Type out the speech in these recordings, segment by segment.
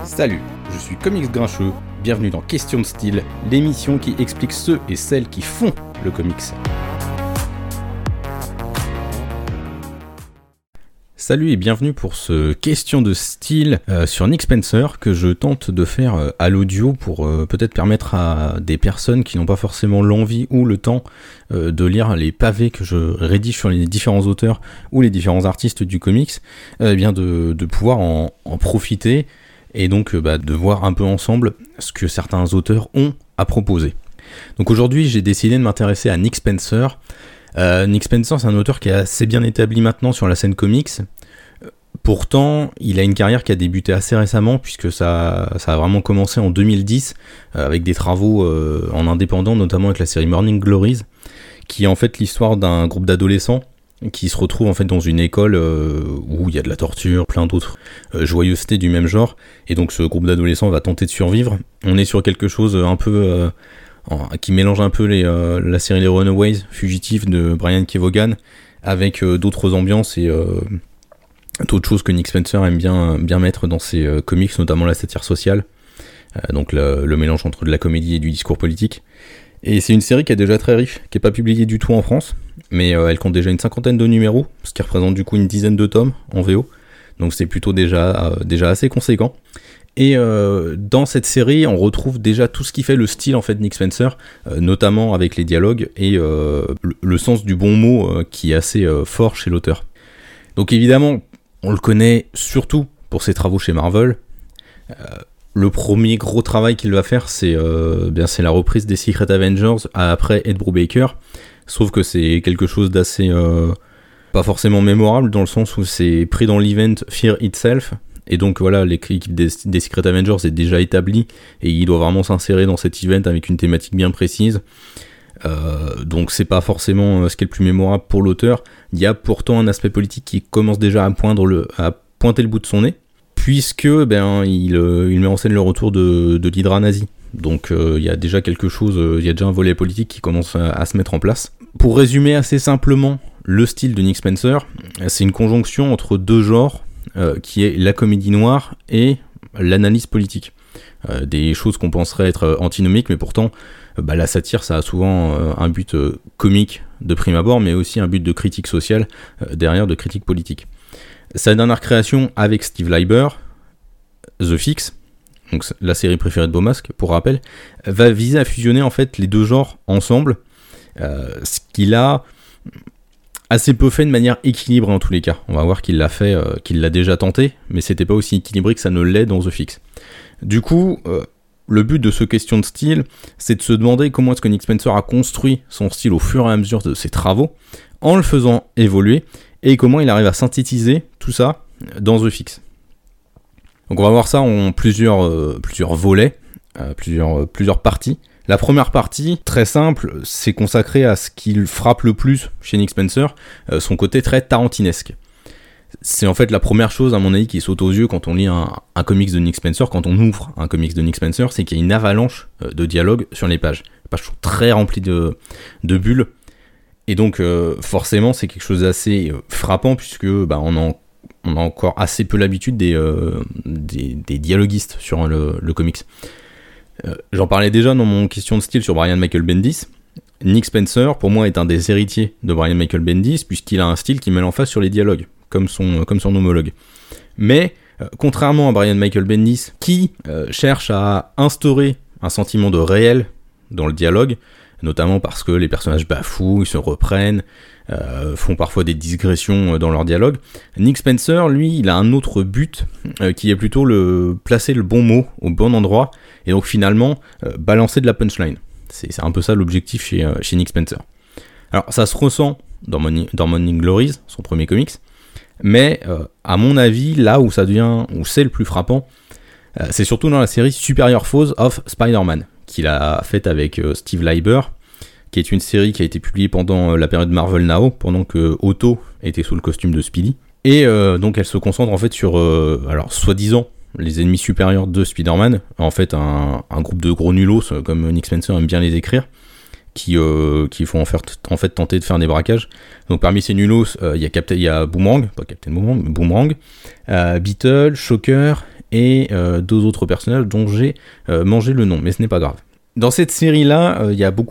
Salut, je suis Comics Grincheux, bienvenue dans Question de Style, l'émission qui explique ceux et celles qui font le comics. Salut et bienvenue pour ce Question de Style sur Nick Spencer que je tente de faire à l'audio pour peut-être permettre à des personnes qui n'ont pas forcément l'envie ou le temps de lire les pavés que je rédige sur les différents auteurs ou les différents artistes du comics, bien de pouvoir en profiter et donc de voir un peu ensemble ce que certains auteurs ont à proposer. Donc aujourd'hui j'ai décidé de m'intéresser à Nick Spencer. Nick Spencer, c'est un auteur qui est assez bien établi maintenant sur la scène comics. Pourtant, il a une carrière qui a débuté assez récemment, puisque ça a vraiment commencé en 2010, avec des travaux en indépendant, notamment avec la série Morning Glories, qui est en fait l'histoire d'un groupe d'adolescents qui se retrouvent en fait dans une école où il y a de la torture, plein d'autres joyeusetés du même genre, et donc ce groupe d'adolescents va tenter de survivre. On est sur quelque chose un peu... qui mélange un peu la série Les Runaways, Fugitifs de Brian Kevogan, avec d'autres ambiances et d'autres choses que Nick Spencer aime bien mettre dans ses comics, notamment la satire sociale, donc le mélange entre de la comédie et du discours politique. Et c'est une série qui est déjà très riche, qui n'est pas publiée du tout en France, mais elle compte déjà une 50aine de numéros, ce qui représente du coup une 10aine de tomes en VO, donc c'est plutôt déjà assez conséquent. Et dans cette série, on retrouve déjà tout ce qui fait le style en fait de Nick Spencer, notamment avec les dialogues et le sens du bon mot qui est assez fort chez l'auteur. Donc évidemment, on le connaît surtout pour ses travaux chez Marvel. Le premier gros travail qu'il va faire, c'est la reprise des Secret Avengers après Ed Brubaker, sauf que c'est quelque chose d'assez pas forcément mémorable dans le sens où c'est pris dans l'event Fear Itself. Et donc voilà, l'équipe des Secret Avengers est déjà établie et il doit vraiment s'insérer dans cet event avec une thématique bien précise. Donc c'est pas forcément ce qui est le plus mémorable pour l'auteur. Il y a pourtant un aspect politique qui commence déjà à pointer le bout de son nez, puisque il met en scène le retour de l'Hydra nazi. Donc il y a déjà quelque chose, il y a déjà un volet politique qui commence à se mettre en place. Pour résumer assez simplement le style de Nick Spencer, c'est une conjonction entre deux genres, qui est la comédie noire et l'analyse politique. Des choses qu'on penserait être antinomiques, mais pourtant la satire ça a souvent un but comique de prime abord, mais aussi un but de critique sociale derrière, de critique politique. Sa dernière création avec Steve Lieber, The Fix, donc la série préférée de Beaumasque pour rappel, va viser à fusionner en fait les deux genres ensemble, ce qu'il a assez peu fait de manière équilibrée en tous les cas. On va voir qu'il l'a déjà tenté, mais c'était pas aussi équilibré que ça ne l'est dans The Fix. Du coup, le but de ce question de style, c'est de se demander comment est-ce que Nick Spencer a construit son style au fur et à mesure de ses travaux, en le faisant évoluer, et comment il arrive à synthétiser tout ça dans The Fix. Donc on va voir ça en plusieurs volets, plusieurs parties. La première partie, très simple, c'est consacré à ce qui frappe le plus chez Nick Spencer, son côté très tarantinesque. C'est en fait la première chose, à mon avis, qui saute aux yeux quand on lit un comics de Nick Spencer, quand on ouvre un comics de Nick Spencer, c'est qu'il y a une avalanche de dialogues sur les pages. Les pages sont très remplies de bulles, et donc forcément c'est quelque chose d'assez frappant, puisque on a encore assez peu l'habitude des dialoguistes sur le comics. J'en parlais déjà dans mon question de style sur Brian Michael Bendis. Nick Spencer, pour moi, est un des héritiers de Brian Michael Bendis, puisqu'il a un style qui met l'emphase sur les dialogues, comme son homologue. Mais, contrairement à Brian Michael Bendis, qui cherche à instaurer un sentiment de réel dans le dialogue, notamment parce que les personnages bafouent, ils se reprennent, font parfois des digressions dans leur dialogue, Nick Spencer, lui, il a un autre but, qui est plutôt placer le bon mot au bon endroit, et donc finalement, balancer de la punchline. C'est un peu ça l'objectif chez Nick Spencer. Alors ça se ressent dans Morning Glories, son premier comics, mais à mon avis, là où c'est le plus frappant, c'est surtout dans la série Superior Foes of Spider-Man, qu'il a faite avec Steve Lieber, qui est une série qui a été publiée pendant la période Marvel Now, pendant que Otto était sous le costume de Speedy. Et donc elle se concentre en fait sur, soi-disant, les ennemis supérieurs de Spider-Man, en fait un groupe de gros nulos, comme Nick Spencer aime bien les écrire, qui font en fait tenter de faire des braquages. Donc parmi ces nulos, il y a Boomerang, pas Captain Boomerang, mais Boomerang, Beetle, Shocker et deux autres personnages dont j'ai mangé le nom, mais ce n'est pas grave. Dans cette série-là, il y a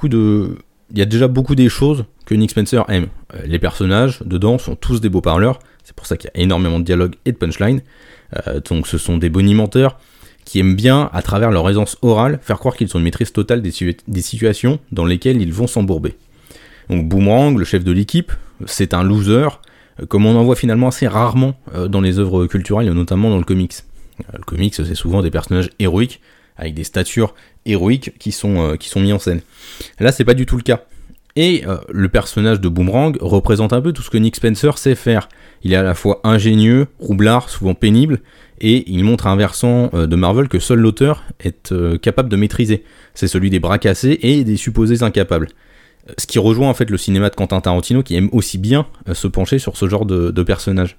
déjà beaucoup des choses que Nick Spencer aime. Les personnages dedans sont tous des beaux parleurs, c'est pour ça qu'il y a énormément de dialogues et de punchlines. Donc ce sont des bonimenteurs qui aiment bien, à travers leur aisance orale, faire croire qu'ils ont une maîtrise totale des situations dans lesquelles ils vont s'embourber. Donc Boomerang, le chef de l'équipe, c'est un loser, comme on en voit finalement assez rarement dans les œuvres culturelles, et notamment dans le comics. Le comics, c'est souvent des personnages héroïques, avec des statures héroïques qui sont mis en scène. Là, c'est pas du tout le cas. Et le personnage de Boomerang représente un peu tout ce que Nick Spencer sait faire. Il est à la fois ingénieux, roublard, souvent pénible, et il montre un versant de Marvel que seul l'auteur est capable de maîtriser. C'est celui des bras cassés et des supposés incapables. Ce qui rejoint en fait le cinéma de Quentin Tarantino, qui aime aussi bien se pencher sur ce genre de personnage.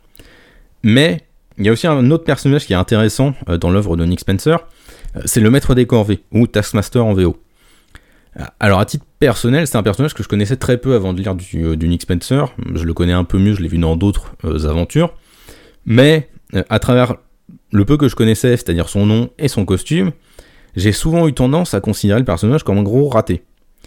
Mais il y a aussi un autre personnage qui est intéressant dans l'œuvre de Nick Spencer, c'est le maître des corvées, ou Taskmaster en VO. Alors à titre personnel, c'est un personnage que je connaissais très peu avant de lire du Nick Spencer. Je le connais un peu mieux, je l'ai vu dans d'autres aventures. Mais à travers le peu que je connaissais, c'est-à-dire son nom et son costume, j'ai souvent eu tendance à considérer le personnage comme un gros raté.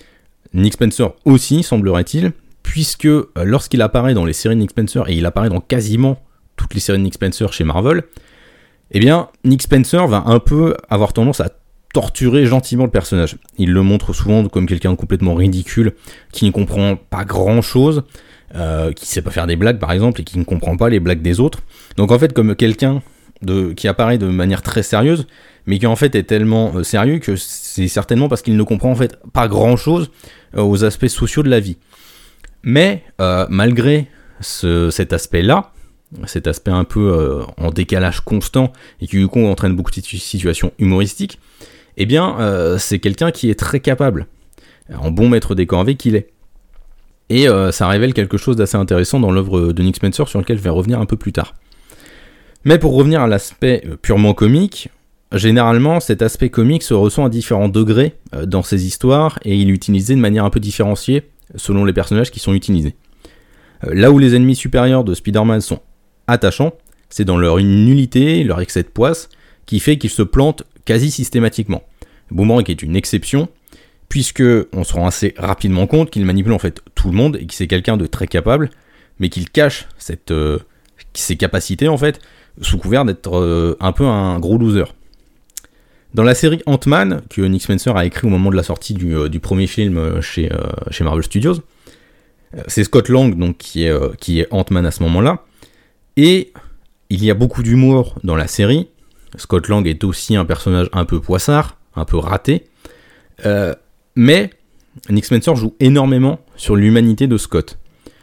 Nick Spencer aussi, semblerait-il, puisque lorsqu'il apparaît dans les séries de Nick Spencer, et il apparaît dans quasiment toutes les séries de Nick Spencer chez Marvel, eh bien, Nick Spencer va un peu avoir tendance à torturer gentiment le personnage. Il le montre souvent comme quelqu'un de complètement ridicule, qui ne comprend pas grand-chose, qui sait pas faire des blagues par exemple, et qui ne comprend pas les blagues des autres. Donc en fait, comme quelqu'un qui apparaît de manière très sérieuse, mais qui en fait est tellement sérieux que c'est certainement parce qu'il ne comprend en fait pas grand-chose aux aspects sociaux de la vie. Mais malgré cet aspect-là, cet aspect un peu en décalage constant et qui du coup entraîne beaucoup de situations humoristiques, eh bien c'est quelqu'un qui est très capable, en bon maître des corvées qu'il est. Et ça révèle quelque chose d'assez intéressant dans l'œuvre de Nick Spencer sur lequel je vais revenir un peu plus tard. Mais pour revenir à l'aspect purement comique, généralement cet aspect comique se ressent à différents degrés dans ses histoires et il est utilisé de manière un peu différenciée selon les personnages qui sont utilisés. Là où les ennemis supérieurs de Spider-Man sont attachants, c'est dans leur nullité, leur excès de poisse, qui fait qu'ils se plantent quasi systématiquement. Boomerang est une exception, puisque on se rend assez rapidement compte qu'il manipule en fait tout le monde et que c'est quelqu'un de très capable, mais qu'il cache ses capacités en fait, sous couvert d'être un peu un gros loser. Dans la série Ant-Man, que Nick Spencer a écrit au moment de la sortie du premier film chez Marvel Studios, c'est Scott Lang donc, qui est Ant-Man à ce moment-là, et il y a beaucoup d'humour dans la série. Scott Lang est aussi un personnage un peu poissard, un peu raté, mais Nick Spencer joue énormément sur l'humanité de Scott.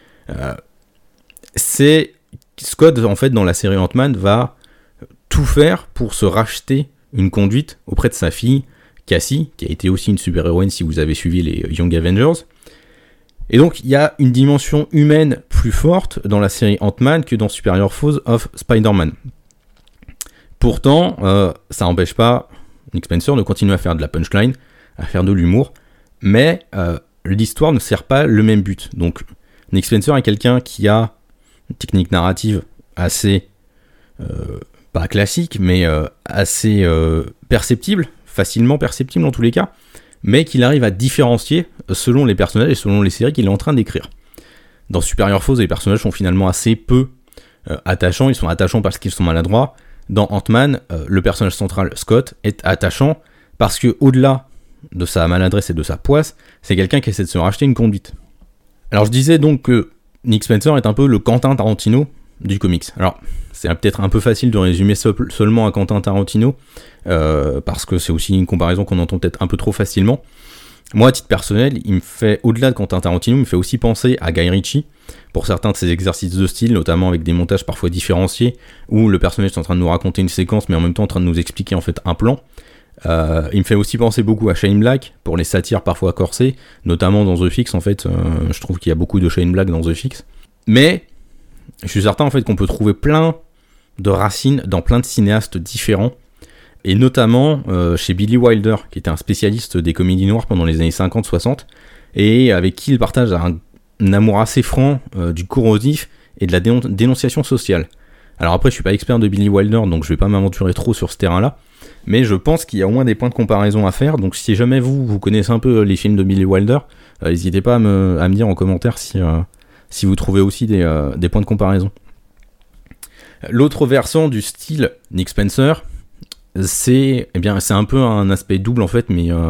Scott, en fait, dans la série Ant-Man, va tout faire pour se racheter une conduite auprès de sa fille, Cassie, qui a été aussi une super-héroïne si vous avez suivi les Young Avengers. Et donc, il y a une dimension humaine plus forte dans la série Ant-Man que dans Superior Foes of Spider-Man. Pourtant, ça n'empêche pas Nick Spencer de continuer à faire de la punchline, à faire de l'humour, mais l'histoire ne sert pas le même but. Donc, Nick Spencer est quelqu'un qui a une technique narrative assez, pas classique, mais assez perceptible, facilement perceptible en tous les cas, mais qu'il arrive à différencier selon les personnages et selon les séries qu'il est en train d'écrire. Dans Superior Foes, les personnages sont finalement assez peu attachants, ils sont attachants parce qu'ils sont maladroits. Dans Ant-Man, le personnage central, Scott, est attachant parce que au-delà de sa maladresse et de sa poisse, c'est quelqu'un qui essaie de se racheter une conduite. Alors je disais donc que Nick Spencer est un peu le Quentin Tarantino du comics. Alors c'est peut-être un peu facile de résumer seulement à Quentin Tarantino, parce que c'est aussi une comparaison qu'on entend peut-être un peu trop facilement. Moi, à titre personnel, il me fait, au-delà de Quentin Tarantino, il me fait aussi penser à Guy Ritchie, pour certains de ses exercices de style, notamment avec des montages parfois différenciés, où le personnage est en train de nous raconter une séquence, mais en même temps en train de nous expliquer en fait un plan. Il me fait aussi penser beaucoup à Shane Black, pour les satires parfois corsées, notamment dans The Fix, en fait, je trouve qu'il y a beaucoup de Shane Black dans The Fix. Mais, je suis certain en fait qu'on peut trouver plein de racines dans plein de cinéastes différents, et notamment chez Billy Wilder, qui était un spécialiste des comédies noires pendant les années 50-60, et avec qui il partage un amour assez franc du corrosif et de la dénonciation sociale. Alors après, je suis pas expert de Billy Wilder, donc je vais pas m'aventurer trop sur ce terrain-là, mais je pense qu'il y a au moins des points de comparaison à faire, donc si jamais vous connaissez un peu les films de Billy Wilder, n'hésitez pas à me dire en commentaire si vous trouvez aussi des points de comparaison. L'autre versant du style Nick Spencer, c'est un peu un aspect double en fait,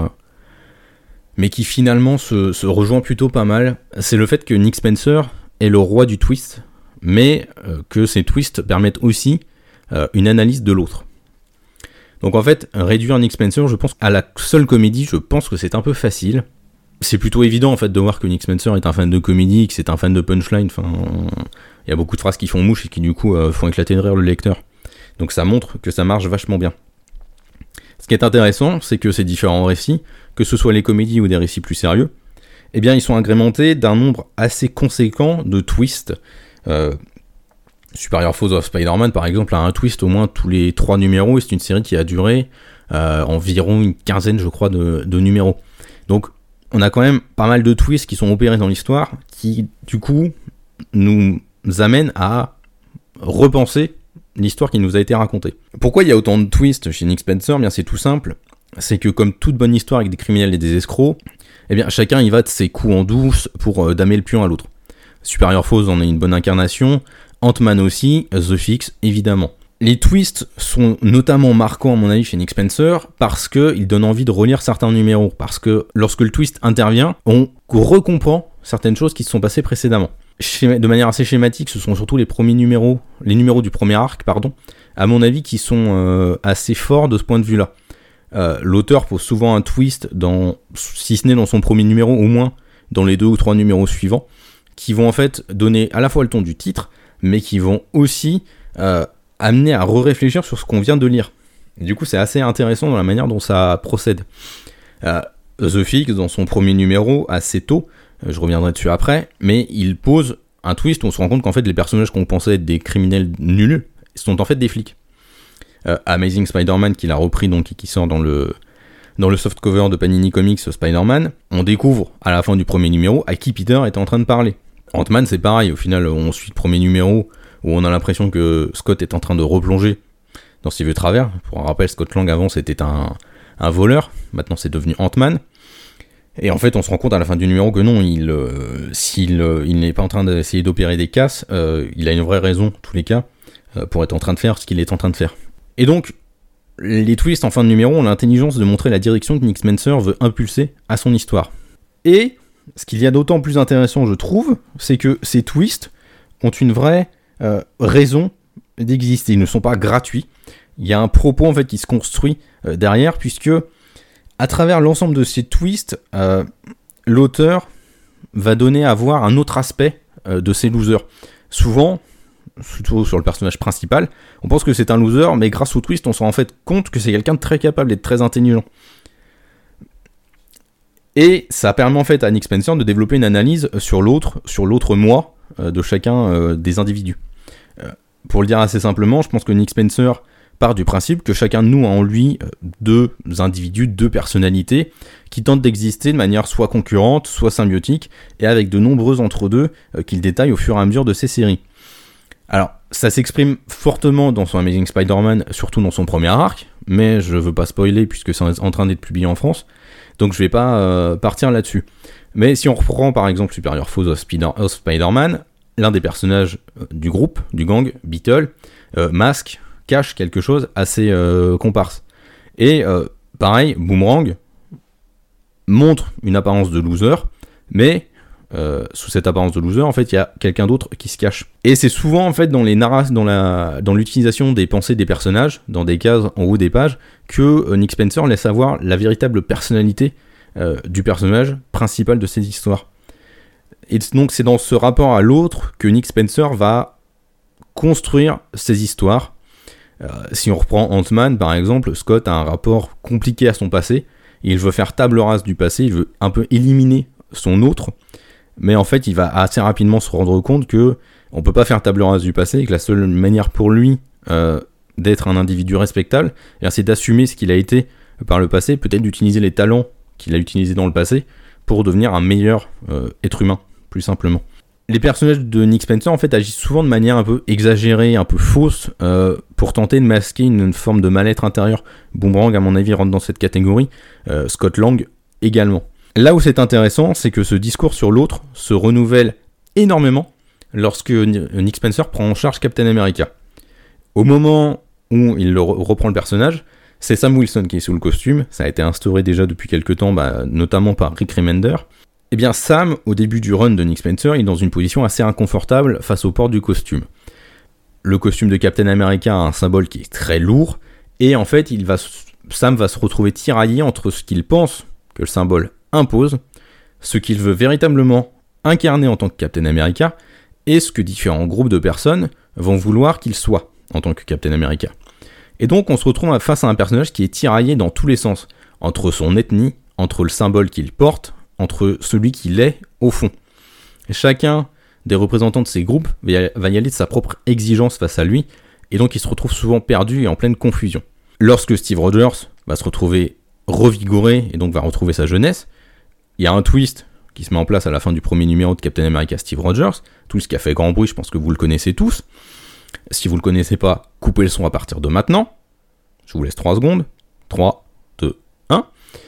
mais qui finalement se rejoint plutôt pas mal. C'est le fait que Nick Spencer est le roi du twist, mais que ces twists permettent aussi une analyse de l'autre. Donc en fait, réduire Nick Spencer, je pense, à la seule comédie, je pense que c'est un peu facile. C'est plutôt évident en fait de voir que Nick Spencer est un fan de comédie, que c'est un fan de punchline. Enfin, il y a beaucoup de phrases qui font mouche et qui du coup font éclater de rire le lecteur. Donc ça montre que ça marche vachement bien. Ce qui est intéressant, c'est que ces différents récits, que ce soit les comédies ou des récits plus sérieux, eh bien ils sont agrémentés d'un nombre assez conséquent de twists. Superior Foes of Spider-Man par exemple a un twist au moins tous les 3 numéros, et c'est une série qui a duré environ une quinzaine je crois de numéros. Donc on a quand même pas mal de twists qui sont opérés dans l'histoire, qui du coup nous amènent à repenser l'histoire qui nous a été racontée. Pourquoi il y a autant de twists chez Nick Spencer ? Bien c'est tout simple, c'est que comme toute bonne histoire avec des criminels et des escrocs, eh bien chacun y va de ses coups en douce pour damer le pion à l'autre. Superior Foes en est une bonne incarnation, Ant-Man aussi, The Fix évidemment. Les twists sont notamment marquants à mon avis chez Nick Spencer parce qu'ils donnent envie de relire certains numéros, parce que lorsque le twist intervient, on recomprend certaines choses qui se sont passées précédemment. De manière assez schématique, ce sont surtout les numéros du premier arc, à mon avis, qui sont assez forts de ce point de vue-là. L'auteur pose souvent un twist, si ce n'est dans son premier numéro, au moins dans les 2 ou 3 numéros suivants, qui vont en fait donner à la fois le ton du titre, mais qui vont aussi amener à réfléchir sur ce qu'on vient de lire. Et du coup, c'est assez intéressant dans la manière dont ça procède. The Fix, dans son premier numéro, assez tôt, je reviendrai dessus après, mais il pose un twist où on se rend compte qu'en fait, les personnages qu'on pensait être des criminels nuls sont en fait des flics. Amazing Spider-Man, qu'il a repris donc et qui sort dans le softcover de Panini Comics Spider-Man, on découvre à la fin du premier numéro à qui Peter était en train de parler. Ant-Man, c'est pareil, au final, on suit le premier numéro où on a l'impression que Scott est en train de replonger dans ses vieux travers. Pour un rappel, Scott Lang avant c'était un voleur, maintenant c'est devenu Ant-Man. Et en fait, on se rend compte à la fin du numéro que non, s'il n'est pas en train d'essayer d'opérer des casses, il a une vraie raison, en tous les cas, pour être en train de faire ce qu'il est en train de faire. Et donc, les twists en fin de numéro ont l'intelligence de montrer la direction que Nick Spencer veut impulser à son histoire. Et ce qu'il y a d'autant plus intéressant, je trouve, c'est que ces twists ont une vraie raison d'exister. Ils ne sont pas gratuits. Il y a un propos en fait qui se construit derrière, puisque à travers l'ensemble de ces twists, l'auteur va donner à voir un autre aspect de ces losers. Souvent, surtout sur le personnage principal, on pense que c'est un loser, mais grâce au twist, on se rend en fait compte que c'est quelqu'un de très capable et de très intelligent. Et ça permet en fait à Nick Spencer de développer une analyse sur l'autre moi de chacun des individus. Pour le dire assez simplement, je pense que Nick Spencer part du principe que chacun de nous a en lui 2 individus, 2 personnalités qui tentent d'exister de manière soit concurrente, soit symbiotique, et avec de nombreux entre-deux qu'il détaille au fur et à mesure de ses séries. Alors, ça s'exprime fortement dans son Amazing Spider-Man, surtout dans son premier arc, mais je veux pas spoiler puisque c'est en train d'être publié en France, donc je vais pas partir là-dessus. Mais si on reprend par exemple Superior Foes of Spider-Man, l'un des personnages du groupe, du gang, Beetle, masque, cache quelque chose assez comparse. Et pareil, Boomerang montre une apparence de loser, mais sous cette apparence de loser, en fait, il y a quelqu'un d'autre qui se cache. Et c'est souvent, en fait, dans l'utilisation des pensées des personnages, dans des cases en haut des pages, que Nick Spencer laisse avoir la véritable personnalité du personnage principal de ces histoires. Et donc, c'est dans ce rapport à l'autre que Nick Spencer va construire ses histoires. Si on reprend Ant-Man, par exemple, Scott a un rapport compliqué à son passé. Il veut faire table rase du passé, il veut un peu éliminer son autre. Mais en fait, il va assez rapidement se rendre compte que on peut pas faire table rase du passé et que la seule manière pour lui d'être un individu respectable, c'est d'assumer ce qu'il a été par le passé, peut-être d'utiliser les talents qu'il a utilisés dans le passé pour devenir un meilleur être humain, plus simplement. Les personnages de Nick Spencer en fait agissent souvent de manière un peu exagérée, un peu fausse, pour tenter de masquer une forme de mal-être intérieur. Boomerang, à mon avis, rentre dans cette catégorie. Scott Lang également. Là où c'est intéressant, c'est que ce discours sur l'autre se renouvelle énormément lorsque Nick Spencer prend en charge Captain America. Au moment où il reprend le personnage, c'est Sam Wilson qui est sous le costume. Ça a été instauré déjà depuis quelques temps, notamment par Rick Remender. Eh bien, Sam, au début du run de Nick Spencer, il est dans une position assez inconfortable face au port du costume. Le costume de Captain America a un symbole qui est très lourd, et en fait, Sam va se retrouver tiraillé entre ce qu'il pense que le symbole impose, ce qu'il veut véritablement incarner en tant que Captain America, et ce que différents groupes de personnes vont vouloir qu'il soit en tant que Captain America. Et donc, on se retrouve face à un personnage qui est tiraillé dans tous les sens, entre son ethnie, entre le symbole qu'il porte, entre celui qu'il est au fond. Et chacun des représentants de ces groupes va y aller de sa propre exigence face à lui, et donc il se retrouve souvent perdu et en pleine confusion. Lorsque Steve Rogers va se retrouver revigoré et donc va retrouver sa jeunesse, il y a un twist qui se met en place à la fin du premier numéro de Captain America Steve Rogers, tout ce qui a fait grand bruit, je pense que vous le connaissez tous. Si vous le connaissez pas, coupez le son à partir de maintenant. Je vous laisse 3 secondes. 3, 2, 1.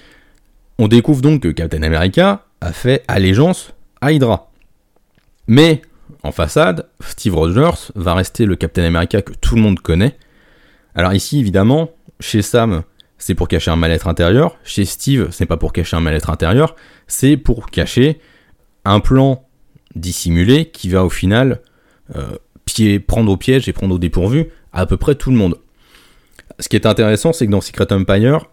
On découvre donc que Captain America a fait allégeance à Hydra. Mais, en façade, Steve Rogers va rester le Captain America que tout le monde connaît. Alors ici, évidemment, chez Sam, c'est pour cacher un mal-être intérieur. Chez Steve, c'est pas pour cacher un mal-être intérieur, c'est pour cacher un plan dissimulé qui va au final prendre au piège et prendre au dépourvu à peu près tout le monde. Ce qui est intéressant, c'est que dans Secret Empire,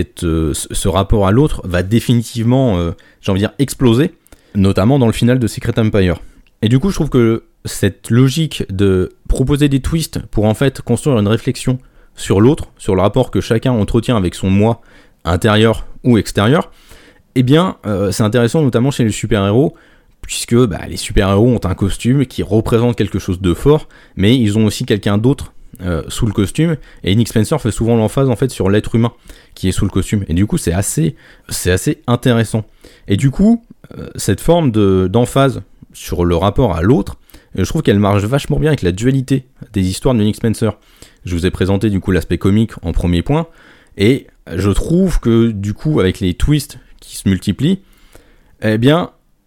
ce rapport à l'autre va définitivement, exploser, notamment dans le final de Secret Empire. Et du coup, je trouve que cette logique de proposer des twists pour en fait construire une réflexion sur l'autre, sur le rapport que chacun entretient avec son moi intérieur ou extérieur, eh bien, c'est intéressant notamment chez les super-héros, puisque les super-héros ont un costume qui représente quelque chose de fort, mais ils ont aussi quelqu'un d'autre sous le costume, et Nick Spencer fait souvent l'emphase en fait sur l'être humain qui est sous le costume, et du coup c'est assez intéressant. Et du coup, cette forme d'emphase sur le rapport à l'autre, je trouve qu'elle marche vachement bien avec la dualité des histoires de Nick Spencer. Je vous ai présenté du coup l'aspect comique en premier point, et je trouve que du coup avec les twists qui se multiplient, eh bien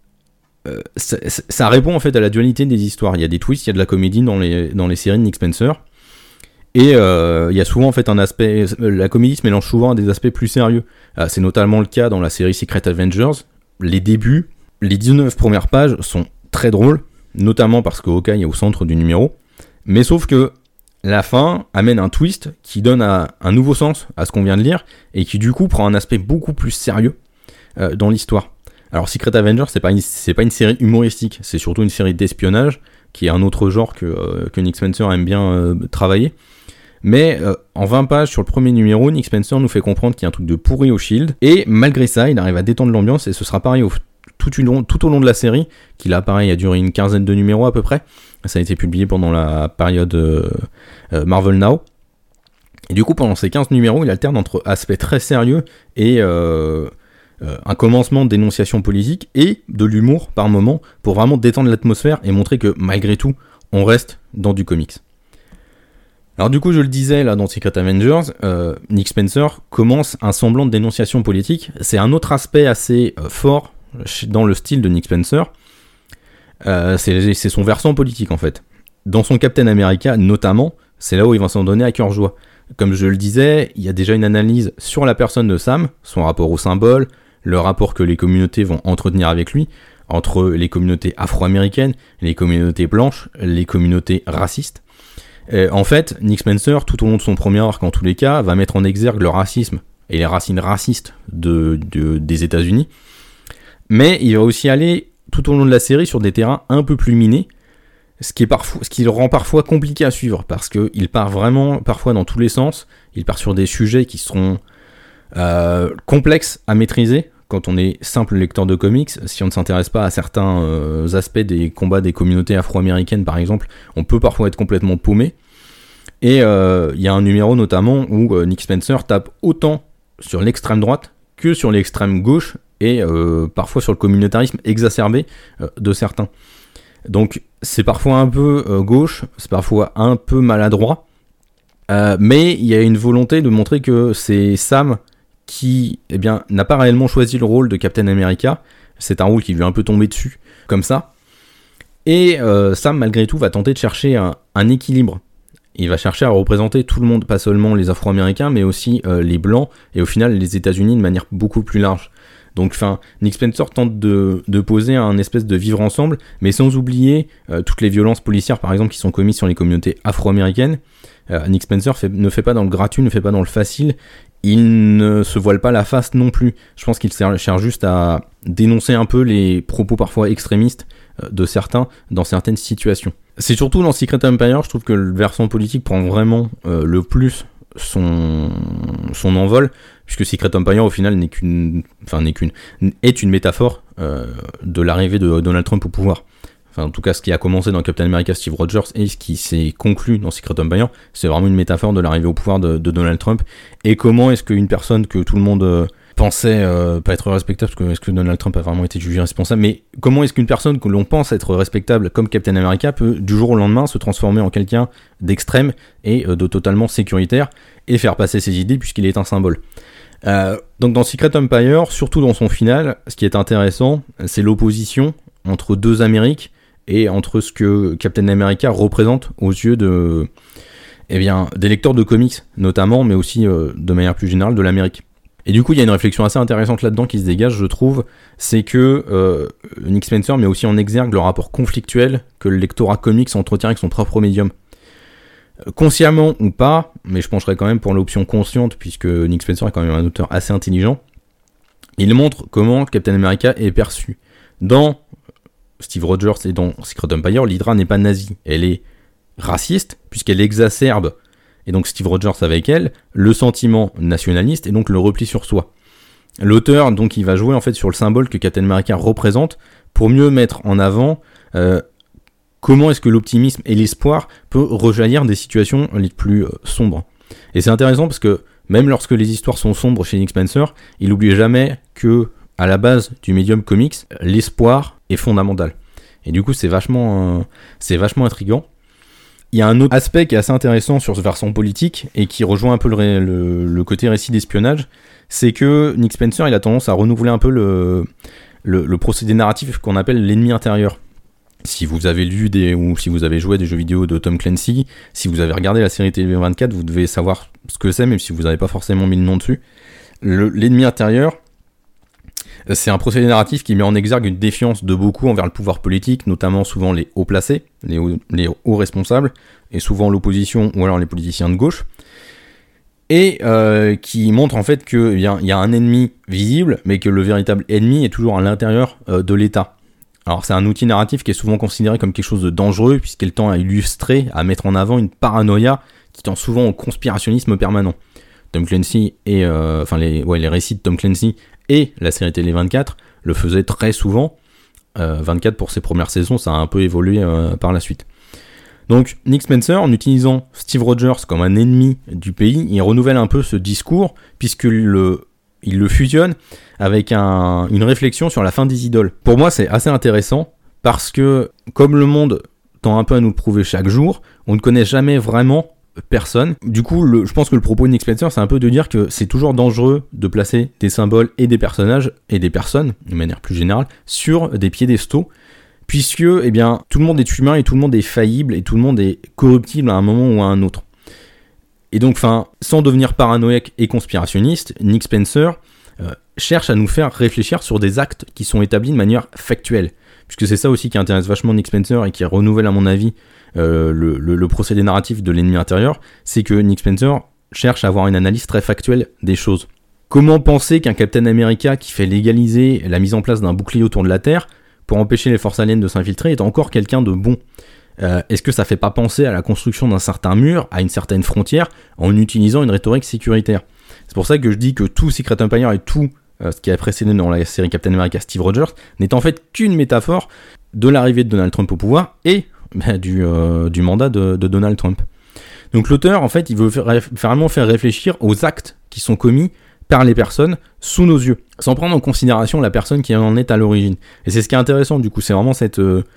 ça répond en fait à la dualité des histoires. Il y a des twists, il y a de la comédie dans les séries de Nick Spencer, et il y a souvent en fait un aspect, la comédie se mélange souvent à des aspects plus sérieux. C'est notamment le cas dans la série Secret Avengers. Les débuts, les 19 premières pages sont très drôles, notamment parce que Hawkeye est au centre du numéro, mais sauf que la fin amène un twist qui donne un nouveau sens à ce qu'on vient de lire, et qui du coup prend un aspect beaucoup plus sérieux dans l'histoire. Alors Secret Avengers, c'est pas une série humoristique, c'est surtout une série d'espionnage, qui est un autre genre que Nick Spencer aime bien travailler. Mais en 20 pages sur le premier numéro, Nick Spencer nous fait comprendre qu'il y a un truc de pourri au Shield, et malgré ça, il arrive à détendre l'ambiance, et ce sera pareil tout au long de la série, qui là pareil a duré une quinzaine de numéros à peu près. Ça a été publié pendant la période Marvel Now. Et du coup, pendant ces 15 numéros, il alterne entre aspects très sérieux et un commencement de dénonciation politique et de l'humour par moment, pour vraiment détendre l'atmosphère et montrer que malgré tout, on reste dans du comics. Alors du coup, je le disais là dans Secret Avengers, Nick Spencer commence un semblant de dénonciation politique. C'est un autre aspect assez fort dans le style de Nick Spencer. C'est son versant politique en fait. Dans son Captain America notamment, c'est là où il va s'en donner à cœur joie. Comme je le disais, il y a déjà une analyse sur la personne de Sam, son rapport au symbole, le rapport que les communautés vont entretenir avec lui, entre les communautés afro-américaines, les communautés blanches, les communautés racistes. En fait, Nick Spencer, tout au long de son premier arc en tous les cas, va mettre en exergue le racisme et les racines racistes des États-Unis. Mais il va aussi aller tout au long de la série sur des terrains un peu plus minés, ce qui le rend parfois compliqué à suivre, parce qu'il part vraiment parfois dans tous les sens. Il part sur des sujets qui seront complexes à maîtriser quand on est simple lecteur de comics. Si on ne s'intéresse pas à certains aspects des combats des communautés afro-américaines par exemple, on peut parfois être complètement paumé. Et il y a un numéro notamment où Nick Spencer tape autant sur l'extrême droite que sur l'extrême gauche, et parfois sur le communautarisme exacerbé de certains. Donc c'est parfois un peu gauche, c'est parfois un peu maladroit, mais il y a une volonté de montrer que c'est Sam qui n'a pas réellement choisi le rôle de Captain America, c'est un rôle qui lui est un peu tombé dessus, comme ça, et Sam malgré tout va tenter de chercher un équilibre. Il va chercher à représenter tout le monde, pas seulement les Afro-Américains, mais aussi les Blancs, et au final les États-Unis de manière beaucoup plus large. Donc, Nick Spencer tente de poser un espèce de vivre ensemble, mais sans oublier toutes les violences policières, par exemple, qui sont commises sur les communautés afro-américaines. Nick Spencer ne fait pas dans le gratuit, ne fait pas dans le facile. Il ne se voile pas la face non plus. Je pense qu'il cherche juste à dénoncer un peu les propos parfois extrémistes de certains dans certaines situations. C'est surtout dans Secret Empire, je trouve que le versant politique prend vraiment le plus son envol, puisque Secret Empire au final est une métaphore de l'arrivée de Donald Trump au pouvoir. Enfin, en tout cas, ce qui a commencé dans Captain America Steve Rogers et ce qui s'est conclu dans Secret Empire, c'est vraiment une métaphore de l'arrivée au pouvoir de Donald Trump. Et comment est-ce qu'une personne que tout le monde pensait pas être respectable, parce que est-ce que Donald Trump a vraiment été jugé responsable, mais comment est-ce qu'une personne que l'on pense être respectable comme Captain America peut du jour au lendemain se transformer en quelqu'un d'extrême et de totalement sécuritaire et faire passer ses idées puisqu'il est un symbole. Donc dans Secret Empire, surtout dans son final, ce qui est intéressant, c'est l'opposition entre deux Amériques et entre ce que Captain America représente aux yeux des lecteurs de comics notamment, mais aussi de manière plus générale de l'Amérique. Et du coup, il y a une réflexion assez intéressante là-dedans qui se dégage, je trouve, c'est que Nick Spencer met aussi en exergue le rapport conflictuel que le lectorat comics entretient avec son propre médium. Consciemment ou pas, mais je pencherais quand même pour l'option consciente, puisque Nick Spencer est quand même un auteur assez intelligent, il montre comment Captain America est perçu. Dans Steve Rogers et dans Secret Empire, l'Hydra n'est pas nazie, elle est raciste, puisqu'elle exacerbe, et donc Steve Rogers avec elle, le sentiment nationaliste et donc le repli sur soi. L'auteur, donc, il va jouer en fait sur le symbole que Captain America représente pour mieux mettre en avant comment est-ce que l'optimisme et l'espoir peuvent rejaillir des situations les plus sombres. Et c'est intéressant parce que même lorsque les histoires sont sombres chez Nick Spencer, il n'oublie jamais que à la base du médium comics, l'espoir est fondamental. Et du coup, c'est vachement intriguant. Il y a un autre aspect qui est assez intéressant sur ce versant politique et qui rejoint un peu le côté récit d'espionnage, c'est que Nick Spencer il a tendance à renouveler un peu le procédé narratif qu'on appelle l'ennemi intérieur. Si vous avez lu ou si vous avez joué à des jeux vidéo de Tom Clancy, si vous avez regardé la série TV24, vous devez savoir ce que c'est, même si vous n'avez pas forcément mis le nom dessus. L'ennemi intérieur, c'est un procédé narratif qui met en exergue une défiance de beaucoup envers le pouvoir politique, notamment souvent les hauts placés, les hauts responsables, et souvent l'opposition ou alors les politiciens de gauche, et qui montre en fait qu'il y a un ennemi visible, mais que le véritable ennemi est toujours à l'intérieur de l'État. Alors c'est un outil narratif qui est souvent considéré comme quelque chose de dangereux, puisqu'il tend à illustrer, à mettre en avant une paranoïa qui tend souvent au conspirationnisme permanent. Tom Clancy et les récits de Tom Clancy et la série télé 24 le faisaient très souvent. 24 pour ses premières saisons, ça a un peu évolué par la suite. Donc Nick Spencer, en utilisant Steve Rogers comme un ennemi du pays, il renouvelle un peu ce discours, puisqu'il le fusionne avec une réflexion sur la fin des idoles. Pour moi, c'est assez intéressant, parce que, comme le monde tend un peu à nous le prouver chaque jour, on ne connaît jamais vraiment personne. Du coup, je pense que le propos de Nick Spencer, c'est un peu de dire que c'est toujours dangereux de placer des symboles et des personnages, et des personnes, de manière plus générale, sur des piédestaux, puisque tout le monde est humain, et tout le monde est faillible, et tout le monde est corruptible à un moment ou à un autre. Et donc, sans devenir paranoïaque et conspirationniste, Nick Spencer cherche à nous faire réfléchir sur des actes qui sont établis de manière factuelle. Puisque c'est ça aussi qui intéresse vachement Nick Spencer et qui renouvelle à mon avis le procédé narratif de l'ennemi intérieur, c'est que Nick Spencer cherche à avoir une analyse très factuelle des choses. Comment penser qu'un Captain America qui fait légaliser la mise en place d'un bouclier autour de la Terre pour empêcher les forces aliens de s'infiltrer est encore quelqu'un de bon ? Est-ce que ça fait pas penser à la construction d'un certain mur, à une certaine frontière, en utilisant une rhétorique sécuritaire ? C'est pour ça que je dis que tout Secret Empire et tout ce qui a précédé dans la série Captain America Steve Rogers n'est en fait qu'une métaphore de l'arrivée de Donald Trump au pouvoir et du mandat de Donald Trump. Donc l'auteur, en fait, il veut vraiment faire réfléchir aux actes qui sont commis par les personnes sous nos yeux, sans prendre en considération la personne qui en est à l'origine. Et c'est ce qui est intéressant, du coup, c'est vraiment cette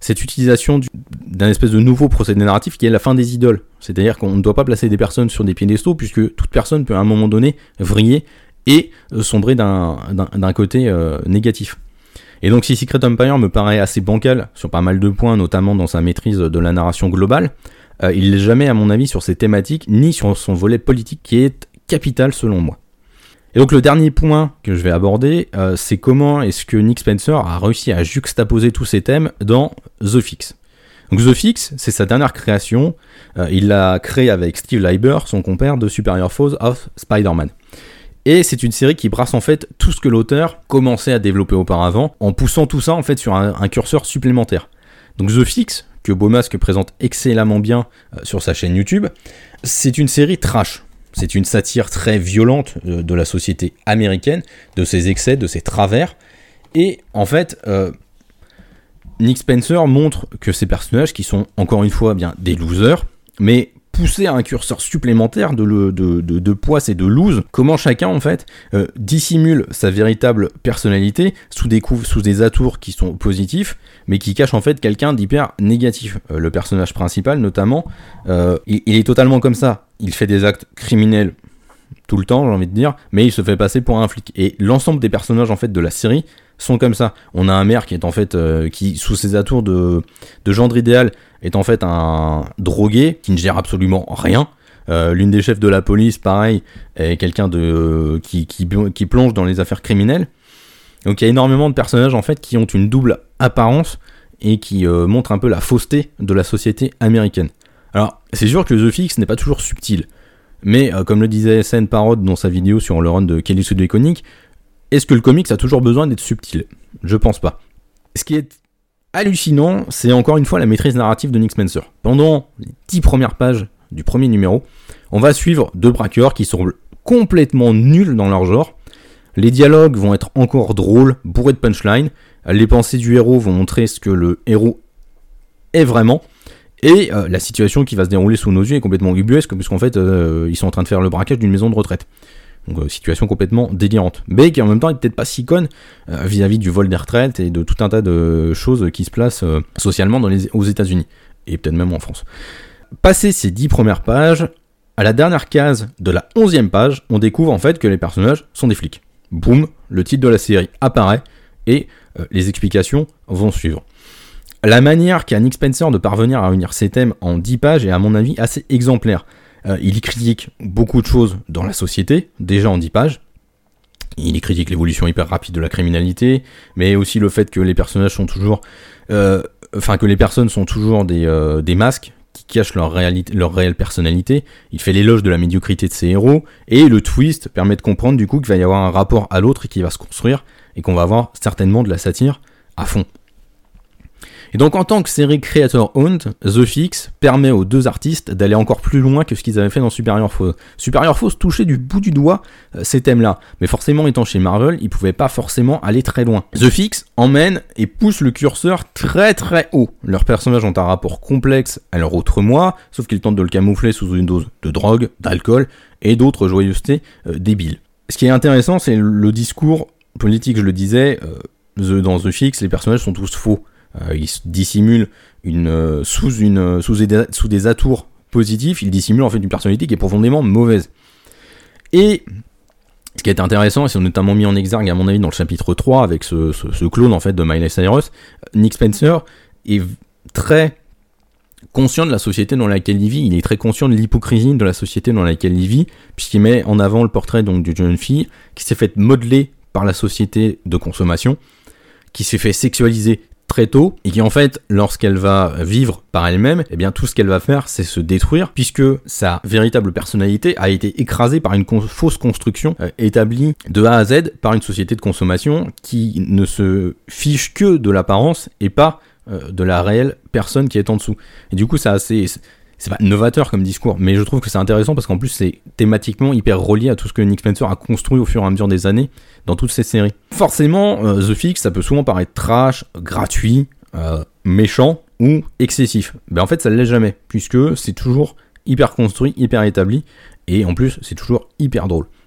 cette utilisation d'un espèce de nouveau procédé narratif qui est la fin des idoles. C'est-à-dire qu'on ne doit pas placer des personnes sur des piédestaux puisque toute personne peut à un moment donné vriller et sombrer d'un côté négatif. Et donc si Secret Empire me paraît assez bancal sur pas mal de points, notamment dans sa maîtrise de la narration globale, il n'est jamais à mon avis sur ses thématiques ni sur son volet politique qui est capital selon moi. Et donc le dernier point que je vais aborder, c'est comment est-ce que Nick Spencer a réussi à juxtaposer tous ces thèmes dans The Fix. Donc The Fix, c'est sa dernière création, il l'a créé avec Steve Lieber, son compère de Superior Foes of Spider-Man. Et c'est une série qui brasse en fait tout ce que l'auteur commençait à développer auparavant, en poussant tout ça en fait sur un curseur supplémentaire. Donc The Fix, que Beaumasque présente excellemment bien sur sa chaîne YouTube, c'est une série trash. C'est une satire très violente de la société américaine, de ses excès, de ses travers. Et en fait, Nick Spencer montre que ces personnages, qui sont encore une fois bien des losers, mais poussés à un curseur supplémentaire de poisse et de loose, comment chacun en fait dissimule sa véritable personnalité sous des atours qui sont positifs, mais qui cachent en fait quelqu'un d'hyper négatif. Le personnage principal notamment, il est totalement comme ça. Il fait des actes criminels tout le temps, j'ai envie de dire, mais il se fait passer pour un flic. Et l'ensemble des personnages en fait de la série sont comme ça. On a un maire qui est en fait, qui sous ses atours de gendre idéal, est en fait un drogué qui ne gère absolument rien. L'une des chefs de la police, pareil, est quelqu'un qui plonge dans les affaires criminelles. Donc il y a énormément de personnages en fait qui ont une double apparence et qui montrent un peu la fausseté de la société américaine. Alors c'est sûr que The Fix n'est pas toujours subtil, mais comme le disait SN Parod dans sa vidéo sur le run de Kelly Sue Iconic, est-ce que le comics a toujours besoin d'être subtil ? Je pense pas. Ce qui est hallucinant, c'est encore une fois la maîtrise narrative de Nick Spencer. Pendant les 10 premières pages du premier numéro, on va suivre deux braqueurs qui sont complètement nuls dans leur genre. Les dialogues vont être encore drôles, bourrés de punchline. Les pensées du héros vont montrer ce que le héros est vraiment. Et la situation qui va se dérouler sous nos yeux est complètement ubuesque, puisqu'en fait, ils sont en train de faire le braquage d'une maison de retraite. Donc situation complètement délirante. Mais qui en même temps est peut-être pas si conne vis-à-vis du vol des retraites et de tout un tas de choses qui se placent socialement aux États-Unis. Et peut-être même en France. Passé ces 10 premières pages, à la dernière case de la 11e page, on découvre en fait que les personnages sont des flics. Boum, le titre de la série apparaît et les explications vont suivre. La manière qu'a Nick Spencer de parvenir à réunir ces thèmes en 10 pages est à mon avis assez exemplaire. Il y critique beaucoup de choses dans la société, déjà en 10 pages. Il y critique l'évolution hyper rapide de la criminalité, mais aussi le fait que les personnages sont toujours... que les personnes sont toujours des masques qui cachent leur réelle personnalité. Il fait l'éloge de la médiocrité de ses héros, et le twist permet de comprendre du coup qu'il va y avoir un rapport à l'autre qui va se construire, et qu'on va avoir certainement de la satire à fond. Et donc en tant que série creator-owned, The Fix permet aux deux artistes d'aller encore plus loin que ce qu'ils avaient fait dans Superior Foes. Superior Foes touchait du bout du doigt ces thèmes-là, mais forcément étant chez Marvel, ils pouvaient pas forcément aller très loin. The Fix emmène et pousse le curseur très très haut. Leurs personnages ont un rapport complexe à leur autre moi, sauf qu'ils tentent de le camoufler sous une dose de drogue, d'alcool et d'autres joyeusetés débiles. Ce qui est intéressant, c'est le discours politique, je le disais, dans The Fix, les personnages sont tous faux. Ils dissimulent sous des atours positifs, ils dissimulent en fait une personnalité qui est profondément mauvaise. Et ce qui est intéressant, et c'est notamment mis en exergue à mon avis dans le chapitre 3 avec ce clone en fait de Miley Cyrus, Nick Spencer est très conscient de la société dans laquelle il vit, il est très conscient de l'hypocrisie de la société dans laquelle il vit, puisqu'il met en avant le portrait donc d'une jeune fille qui s'est fait modeler par la société de consommation, qui s'est fait sexualiser très tôt, et qui en fait, lorsqu'elle va vivre par elle-même, eh bien tout ce qu'elle va faire, c'est se détruire, puisque sa véritable personnalité a été écrasée par une fausse construction établie de A à Z par une société de consommation qui ne se fiche que de l'apparence et pas de la réelle personne qui est en dessous. Et du coup, c'est pas novateur comme discours, mais je trouve que c'est intéressant parce qu'en plus c'est thématiquement hyper relié à tout ce que Nick Spencer a construit au fur et à mesure des années dans toutes ses séries. Forcément, The Fix, ça peut souvent paraître trash, gratuit, méchant ou excessif. Ben en fait, ça ne l'est jamais, puisque c'est toujours hyper construit, hyper établi, et en plus, c'est toujours hyper drôle.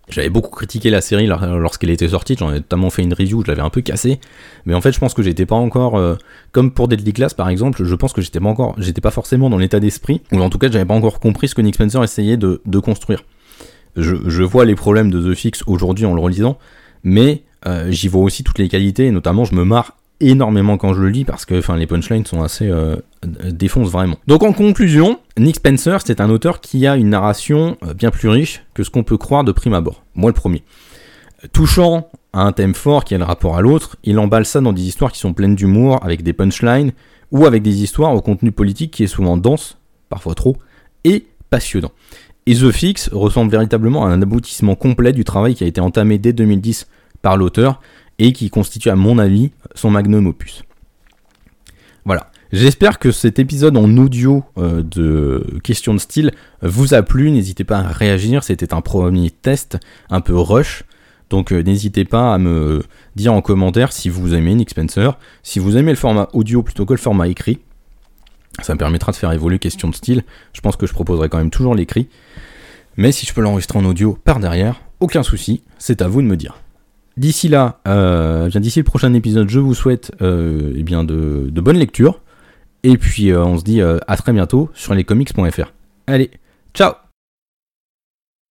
J'avais beaucoup critiqué la série lorsqu'elle était sortie, j'en ai notamment fait une review, je l'avais un peu cassée, mais en fait je pense que j'étais pas encore, comme pour Deadly Class par exemple, je pense que j'étais pas forcément dans l'état d'esprit, ou en tout cas j'avais pas encore compris ce que Nick Spencer essayait de construire. Je vois les problèmes de The Fix aujourd'hui en le relisant, mais j'y vois aussi toutes les qualités, et notamment je me marre énormément quand je le lis, parce que les punchlines sont assez... défoncent vraiment. Donc en conclusion, Nick Spencer, c'est un auteur qui a une narration bien plus riche que ce qu'on peut croire de prime abord. Moi le premier. Touchant à un thème fort qui est le rapport à l'autre, il emballe ça dans des histoires qui sont pleines d'humour, avec des punchlines, ou avec des histoires au contenu politique qui est souvent dense, parfois trop, et passionnant. Et The Fix ressemble véritablement à un aboutissement complet du travail qui a été entamé dès 2010 par l'auteur, et qui constitue à mon avis son magnum opus. Voilà. J'espère que cet épisode en audio de questions de style vous a plu. N'hésitez pas à réagir, c'était un premier test un peu rush. Donc n'hésitez pas à me dire en commentaire si vous aimez Nick Spencer, si vous aimez le format audio plutôt que le format écrit. Ça me permettra de faire évoluer questions de style. Je pense que je proposerai quand même toujours l'écrit. Mais si je peux l'enregistrer en audio par derrière, aucun souci, c'est à vous de me dire. D'ici là, d'ici le prochain épisode, je vous souhaite de bonnes lectures. Et puis on se dit à très bientôt sur lescomics.fr. Allez, ciao!